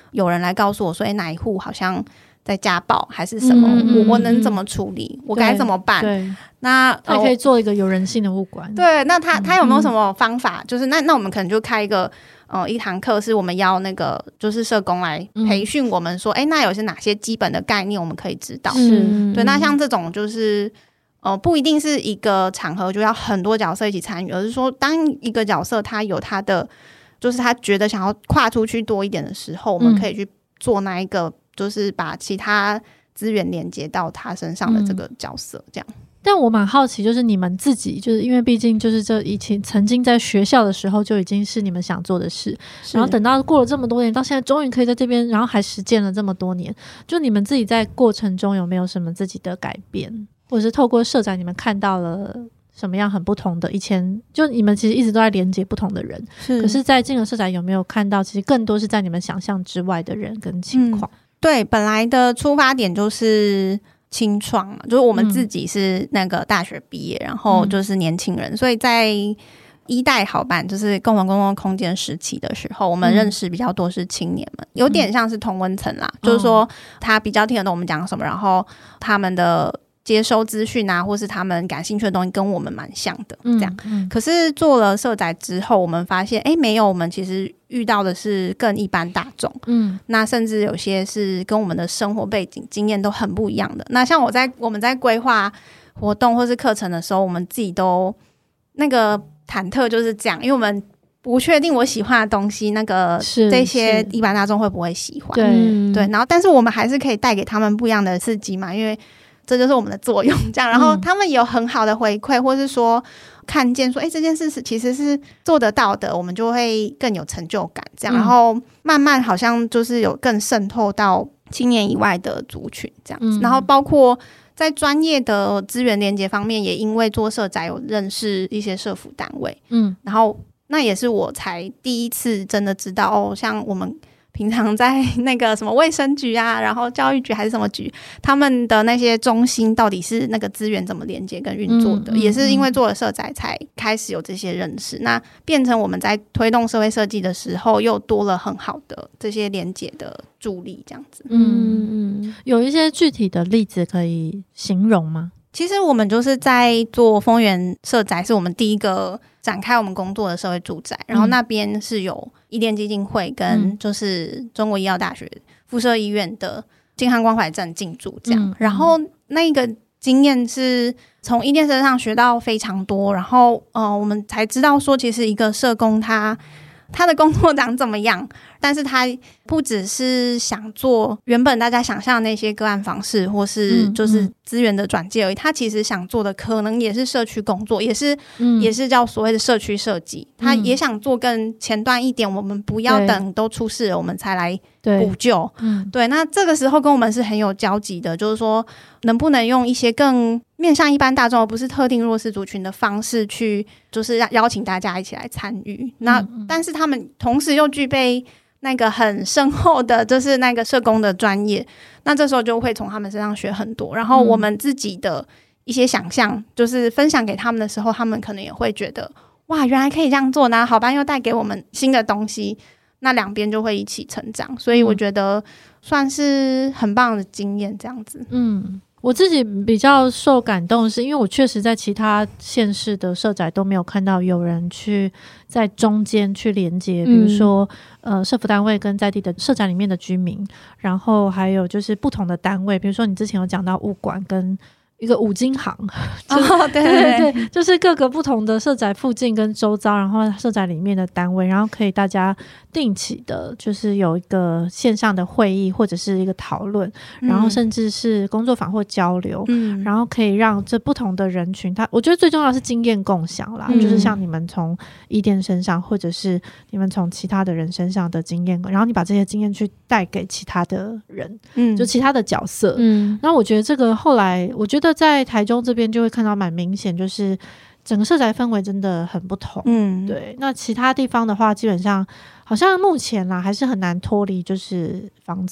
有人来告诉我说哪一户好像在家暴还是什么，我能怎么处理，我该怎么办。 对， 那他可以做一个有人性的物管。 对，那他有没有什么方法，就是那我们可能就开一堂课，是我们要那个就是社工来培训我们说那有些哪些基本的概念我们可以知道。对，那像这种就是不一定是一个场合就要很多角色一起参与，而是说当一个角色他有他的就是他觉得想要跨出去多一点的时候，我们可以去做那一个就是把其他资源连接到他身上的这个角色这样。 但我蛮好奇，就是你们自己，就是因为毕竟就是这以前曾经在学校的时候就已经是你们想做的事，然后等到过了这么多年，到现在终于可以在这边，然后还实践了这么多年，就你们自己在过程中有没有什么自己的改变，或者是透过社展你们看到了什么样很不同的？以前就你们其实一直都在连接不同的人，可是在进了社展有没有看到其实更多是在你们想象之外的人跟情况？ 对，本来的出发点就是青创嘛，就是我们自己是那个大学毕业，然后就是年轻人，所以在一代好办就是共同公共空间时期的时候，我们认识比较多是青年们，有点像是同温层啦，就是说他比较听得懂我们讲什么，然后他们的接收资讯啊，或是他们感兴趣的东西跟我们蛮像的这样。可是做了社宅之后，我们发现没有，我们其实遇到的是更一般大众，那甚至有些是跟我们的生活背景经验都很不一样的。那像我们在规划活动或是课程的时候，我们自己都那个忐忑就是这样，因为我们不确定我喜欢的东西那个这些一般大众会不会喜欢。对，然后但是我们还是可以带给他们不一样的刺激嘛，因为这就是我们的作用这样。然后他们有很好的回馈，或是说看见说这件事其实是做得到的，我们就会更有成就感这样。然后慢慢好像就是有更渗透到青年以外的族群这样子。然后包括在专业的资源连接方面，也因为做社宅有认识一些社福单位，然后那也是我才第一次真的知道像我们平常在那个什么卫生局啊，然后教育局还是什么局，他们的那些中心到底是那个资源怎么连接跟运作的，也是因为做了社宅才开始有这些认识，那变成我们在推动社会设计的时候又多了很好的这些连接的助力这样子。 有一些具体的例子可以形容吗？ 其实我们就是在做丰原社宅，是我们第一个展开我们工作的社会住宅，然后那边是有伊甸基金会跟就是中国医药大学附设医院的健康关怀站进驻这样。然后那个经验是从伊甸身上学到非常多，然后我们才知道说其实一个社工他的工作长怎么样，但是他不只是想做原本大家想象的那些个案访视或是就是资源的转介而已，他其实想做的可能也是社区工作，也是叫所谓的社区设计，他也想做更前端一点，我们不要等都出事了我们才来补救。对，那这个时候跟我们是很有交集的，就是说能不能用一些更面向一般大众而不是特定弱势族群的方式去就是邀请大家一起来参与。那但是他们同时又具备那个很深厚的就是那个社工的专业，那这时候就会从他们身上学很多，然后我们自己的一些想象就是分享给他们的时候，他们可能也会觉得哇原来可以这样做，然后好吧又带给我们新的东西，那两边就会一起成长，所以我觉得算是很棒的经验这样子。 我自己比较受感动是因为我确实在其他县市的社宅都没有看到有人去在中间去连接，比如说社福单位跟在地的社宅里面的居民，然后还有就是不同的单位，比如说你之前有讲到物管跟一个五金行，对，就是各个不同的社宅附近跟周遭，然后社宅里面的单位，然后可以大家定期的就是有一个线上的会议或者是一个讨论，然后甚至是工作坊或交流，然后可以让这不同的人群我觉得最重要的是经验共享啦，就是像你们从伊甸身上或者是你们从其他的人身上的经验，然后你把这些经验去带给其他的人，就其他的角色。那我觉得这个后来我觉得在台中这边就会看到蛮明显，就是整个社宅氛围真的很不同。对，那其他地方的话基本上好像目前啦还是很难脱离就是房子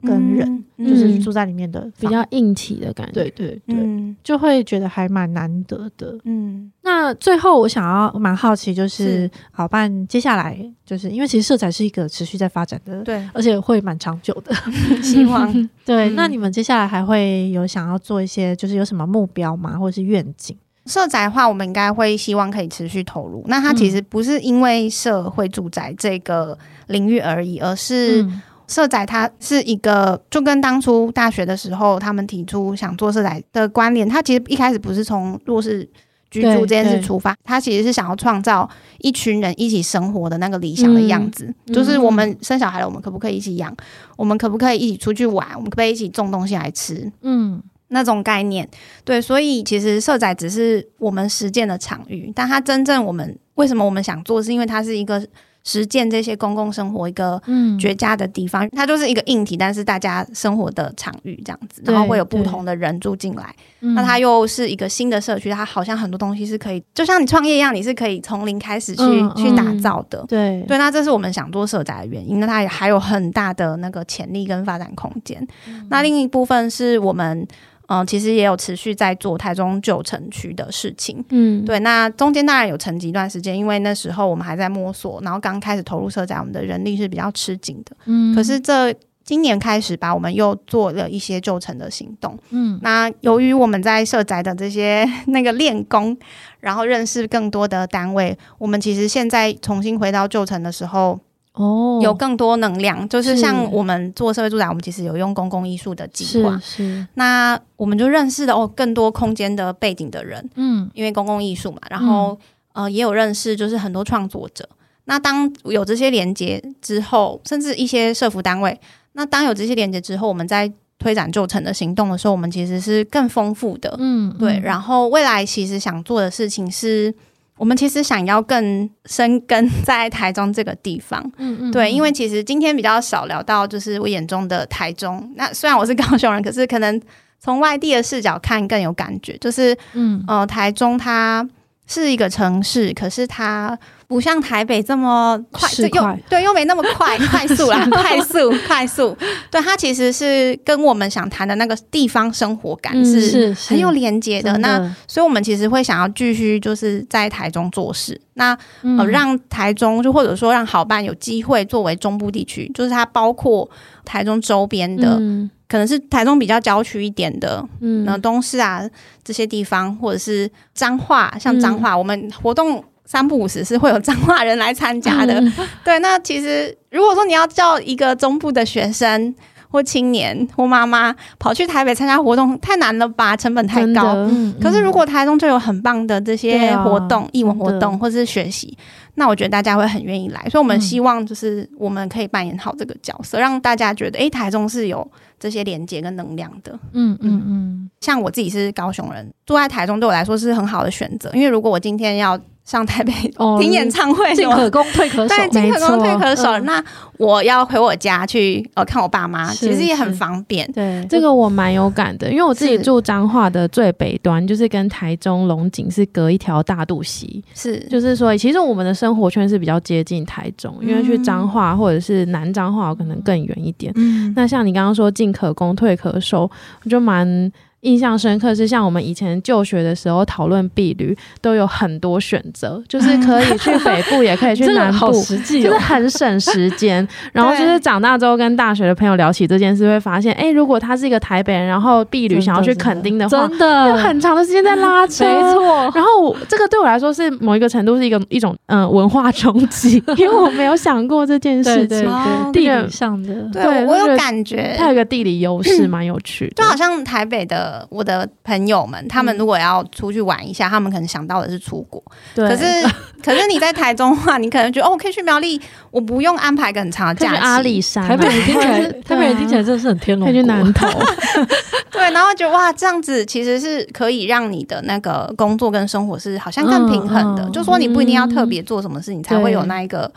跟人，就是住在里面的比较硬气的感觉。 对对对，就会觉得还蛮难得的。那最后我想要蛮好奇，就是好伴接下来就是因为其实社宅是一个持续在发展的， 对， 而且会蛮长久的， 希望对。那你们接下来还会有想要做一些，就是有什么目标吗，或者是愿景？ 社宅的话，我们应该会希望可以持续投入。那它其实不是因为社会住宅这个领域而已，而是社宅它是一个，就跟当初大学的时候他们提出想做社宅的关联，它其实一开始不是从弱势居住这件事出发，它其实是想要创造一群人一起生活的那个理想的样子，就是我们生小孩了，我们可不可以一起养，我们可不可以一起出去玩，我们可不可以一起种东西来吃，那种概念。对，所以其实社宅只是我们实践的场域，但它真正为什么我们想做，是因为它是一个实践这些公共生活一个绝佳的地方，它就是一个硬体，但是大家生活的场域这样子，然后会有不同的人住进来，那它又是一个新的社区，它好像很多东西是可以，就像你创业一样，你是可以从零开始去打造的。对，那这是我们想做社宅的原因，那它也还有很大的那个潜力跟发展空间。那另一部分是我们其实也有持续在做台中旧城区的事情，对，那中间当然有沉寂一段时间，因为那时候我们还在摸索，然后刚开始投入社宅，我们的人力是比较吃紧的，可是今年开始吧，我们又做了一些旧城的行动，那由于我们在社宅的这些那个练功，然后认识更多的单位，我们其实现在重新回到旧城的时候，有更多能量，就是像我们做社会住宅，我们其实有用公共艺术的计划，那我们就认识了更多空间的背景的人，因为公共艺术嘛，然后也有认识就是很多创作者。那当有这些连结之后，甚至一些社福单位，那当有这些连结之后，我们在推展旧城的行动的时候，我们其实是更丰富的，对。然后未来其实想做的事情是，我们其实想要更深耕在台中这个地方，对，因为其实今天比较少聊到就是我眼中的台中，那虽然我是高雄人，可是可能从外地的视角看更有感觉，就是台中它是一个城市，可是它不像台北这么快，又没那么快速啦，快速，对，它其实是跟我们想谈的那个地方生活感是很有连结的。那所以我们其实会想要继续就是在台中做事，那让台中就或者说让好伴有机会作为中部地区，就是它包括台中周边的。可能是台中比较郊区一点的，东势啊这些地方，或者是彰化，像彰化，我们活动3不5时是会有彰化人来参加的。对，那其实如果说你要叫一个中部的学生或青年或妈妈跑去台北参加活动，太难了吧，成本太高。可是如果台中就有很棒的这些活动，艺文活动或是学习，那我觉得大家会很愿意来。所以我们希望就是我们可以扮演好这个角色，让大家觉得台中是有这些连结跟能量的。像我自己是高雄人，住在台中对我来说是很好的选择，因为如果我今天要上台北听演唱会， 进可攻退可守， 对，进可攻退可守。那我要回我家去看我爸妈，其实也很方便。 对，这个我蛮有感的，因为我自己住彰化的最北端，就是跟台中龙井是隔一条大肚溪，就是说其实我们的生活圈是比较接近台中，因为去彰化或者是南彰化可能更远一点。那像你刚刚说进可攻退可守，我就蛮印象深刻，是像我们以前就学的时候讨论毕旅都有很多选择，就是可以去北部也可以去南部， 好实际就是很省时间。然后就是长大之后跟大学的朋友聊起这件事，会发现如果他是一个台北人，然后毕旅想要去垦丁的话，真的有很长的时间在拉车， 没错。 然后这个对我来说是某一个程度是一种文化冲击，因为我没有想过这件事情。 地理上的， 对，我有感觉它有个地理优势，蛮有趣的。 就好像台北的我的朋友们，他们如果要出去玩一下，他们可能想到的是出国。可是你在台中的话，你可能觉得我可以去苗栗，我不用安排一个很长的假期。 阿里山， 台北人听起来真的是很天龙国， 可以去南投。 对，然后觉得哇，这样子其实是可以让你的那个工作跟生活是好像更平衡的。就说你不一定要特别做什么事情才会有那一个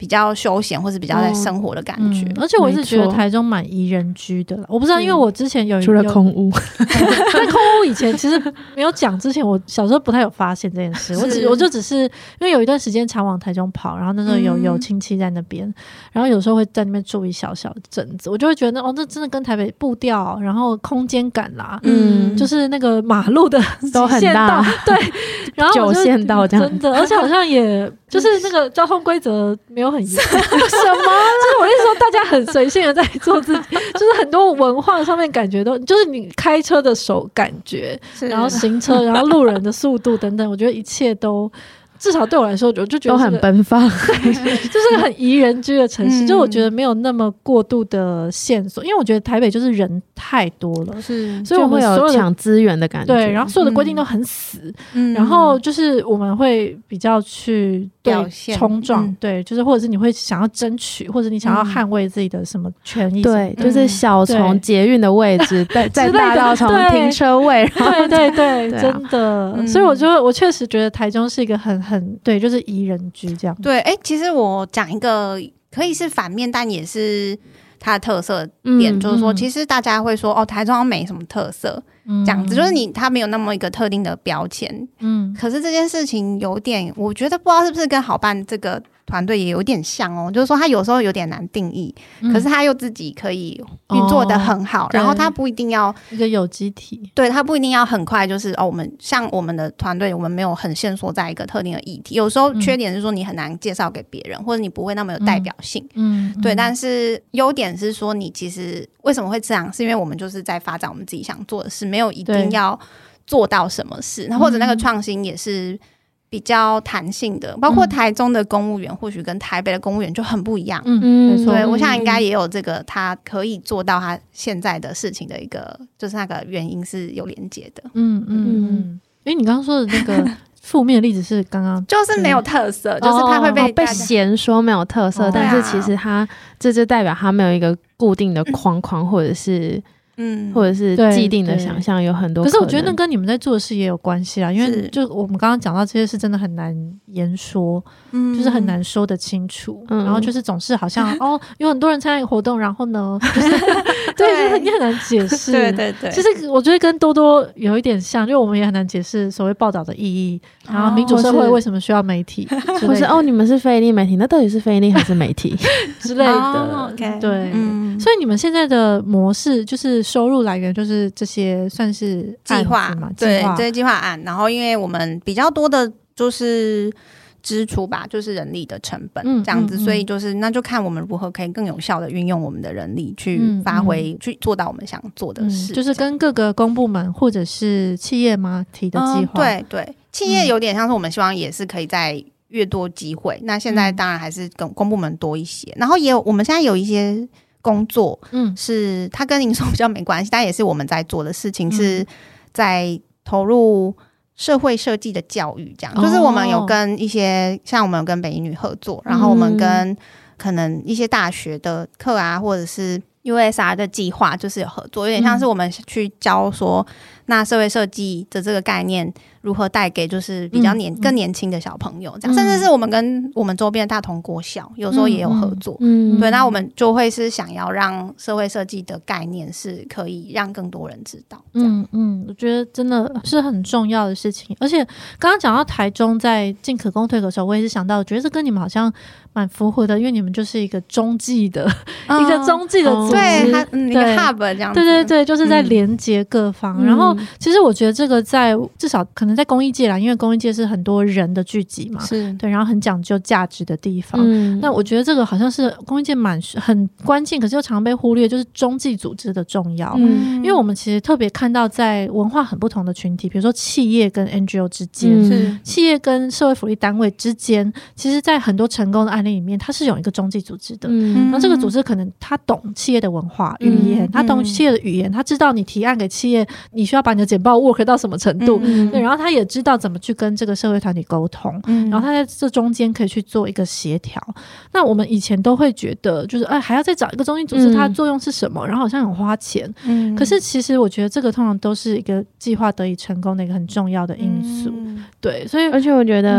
比较休闲或是比较在生活的感觉。 而且我是觉得台中蛮宜人居的啦，我不知道，因为我之前除了空屋在空屋以前其实没有讲之前，我小时候不太有发现这件事，我就只是因为有一段时间常往台中跑，然后那时候有亲戚在那边，然后有时候会在那边住一小小的阵子，我就会觉得这真的跟台北步调然后空间感啦，就是那个马路的都很大， 对，然后 9线道这样真的，而且好像也就是那个交通规则没有很严，什么？就是我意思说，大家很随性的在做自己，就是很多文化上面感觉都，就是你开车的感觉，然后行车，然后路人的速度等等，我觉得一切都。至少对我来说，我就觉得都很奔放， 就是很宜人居的城市。就我觉得没有那么过度的线索，因为我觉得台北就是人太多了，所以我们会有抢资源的感觉。 对，然后所有的规定都很死，然后就是我们会比较去表现冲撞，对，就是或者是你会想要争取，或者你想要捍卫自己的什么权益， 对，就是小从捷运的位置，再大到从停车位， 对，真的。所以我确实觉得台中是一个很对，就是宜人居这样。 对，其实我讲一个可以是反面，但也是它的特色点，就是说，其实大家会说台中没什么特色，这样子，就是它没有那么一个特定的标签。可是这件事情有点，我觉得不知道是不是跟好伴这个团队也有点像就是说他有时候有点难定义，可是他又自己可以运作得很好，然后他不一定要一个有机体， 对，他不一定要很快，就是我们像我们的团队，我们没有很限缩在一个特定的议题，有时候缺点是说你很难介绍给别人，或者你不会那么有代表性，对，但是优点是说你其实为什么会这样，是因为我们就是在发展我们自己想做的事，没有一定要做到什么事，或者那个创新也是比较弹性的，包括台中的公务员或许跟台北的公务员就很不一样，没错，对，我想应该也有这个他可以做到他现在的事情的一个就是那个原因是有连结的。 你刚刚说的那个负面的例子是刚刚就是没有特色，就是他会被嫌说没有特色，但是其实他这就代表他没有一个固定的框框或者是既定的想象，有很多可是我觉得那跟你们在做的事也有关系啦，因为就我们刚刚讲到这些事真的很难言说，就是很难说得清楚，然后就是总是好像有很多人参加活动，然后呢对，就是你很难解释， 对， 其实我觉得跟多多有一点像，就我们也很难解释所谓报道的意义，然后民主社会为什么需要媒体， 或是你们是非营利媒体，那到底是非营利还是媒体之类的，对，所以你们现在的模式就是收入来源就是这些算是计划嘛，对，这些计划案，然后因为我们比较多的就是支出吧，就是人力的成本这样子，所以就是那就看我们如何可以更有效的运用我们的人力去发挥，去做到我们想做的事， 就是跟各个公部门或者是企业吗提的计划， 对，企业有点像是我们希望也是可以在越多机会，那现在当然还是跟公部门多一些，然后也有我们现在有一些工作是它跟营收比较没关系，但也是我们在做的事情，是在投入社会设计的教育，这样就是我们有跟一些像我们有跟北一女合作，然后我们跟可能一些大学的课或者是 USR 的计划就是有合作，有点像是我们去教说那社会设计的这个概念如何带给就是比较更年轻的小朋友这样，甚至是我们跟我们周边的大同国小有时候也有合作，对，那我们就会是想要让社会设计的概念是可以让更多人知道， 我觉得真的是很重要的事情。而且刚刚讲到台中在进可攻退可守，我也是想到我觉得这跟你们好像蛮符合的，因为你们就是一个中继的一个中继的组织， 对，一个 hub 这样子， 对，就是在连接各方，然后其实我觉得这个在至少可能在公益界啦，因为公益界是很多人的聚集嘛， 是对，然后很讲究价值的地方，那我觉得这个好像是公益界很关键，可是又常被忽略，就是中继组织的重要，因为我们其实特别看到在文化很不同的群体，比如说企业跟 NGO 之间，企业跟社会福利单位之间，其实在很多成功的案例里面，它是有一个中继组织的，然后这个组织可能他懂企业的文化语言，他懂企业的语言，他知道你提案给企业你需要把你的简报 work 到什么程度，对，然后他也知道怎么去跟这个社会团体沟通，然后他在这中间可以去做一个协调。那我们以前都会觉得就是还要再找一个中继组织，它的作用是什么，然后好像很花钱，可是其实我觉得这个通常都是一个计划得以成功的一个很重要的因素，对，所以而且我觉得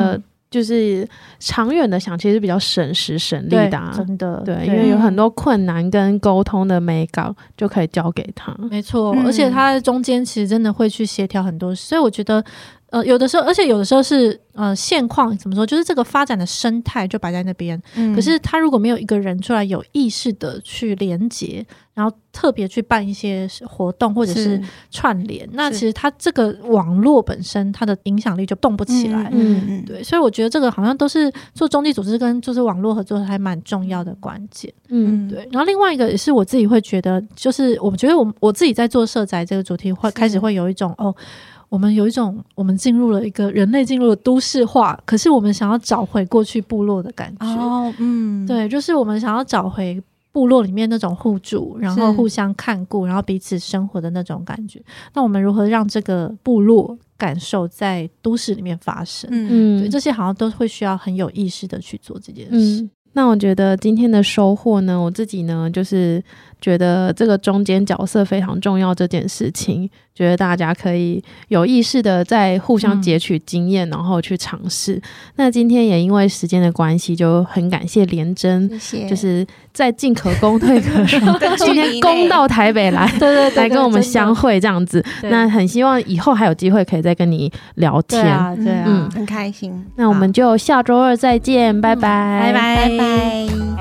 就是长远的想，其实比较省时省力的真的对，因为有很多困难跟沟通的美感就可以交给他。 没错，而且他中间其实真的会去协调很多事，所以我觉得有的时候，而且有的时候是现况怎么说，就是这个发展的生态就摆在那边，可是他如果没有一个人出来有意识的去连结，然后特别去办一些活动或者是串联，那其实他这个网络本身它的影响力就动不起来。对，所以我觉得这个好像都是做中继组织跟就是网络合作还蛮重要的关键。对。然后另外一个也是我自己会觉得，就是我觉得我自己在做社宅这个主题会开始会有一种我们有一种我们进入了一个人类进入了都市化，可是我们想要找回过去部落的感觉。对，就是我们想要找回部落里面那种互助，然后互相看顾，然后彼此生活的那种感觉。那我们如何让这个部落感受在都市里面发生？对，这些好像都会需要很有意识的去做这件事。 那我觉得今天的收获呢，我自己呢就是觉得这个中间角色非常重要这件事情，觉得大家可以有意识的在互相截取经验，然后去尝试。那今天也因为时间的关系，就很感谢连真， 谢谢， 就是在进可攻退可守，今天攻到台北来，对，来跟我们相会这样子。那很希望以后还有机会可以再跟你聊天。 很开心。 那我们就下周二再见，拜拜， 拜拜。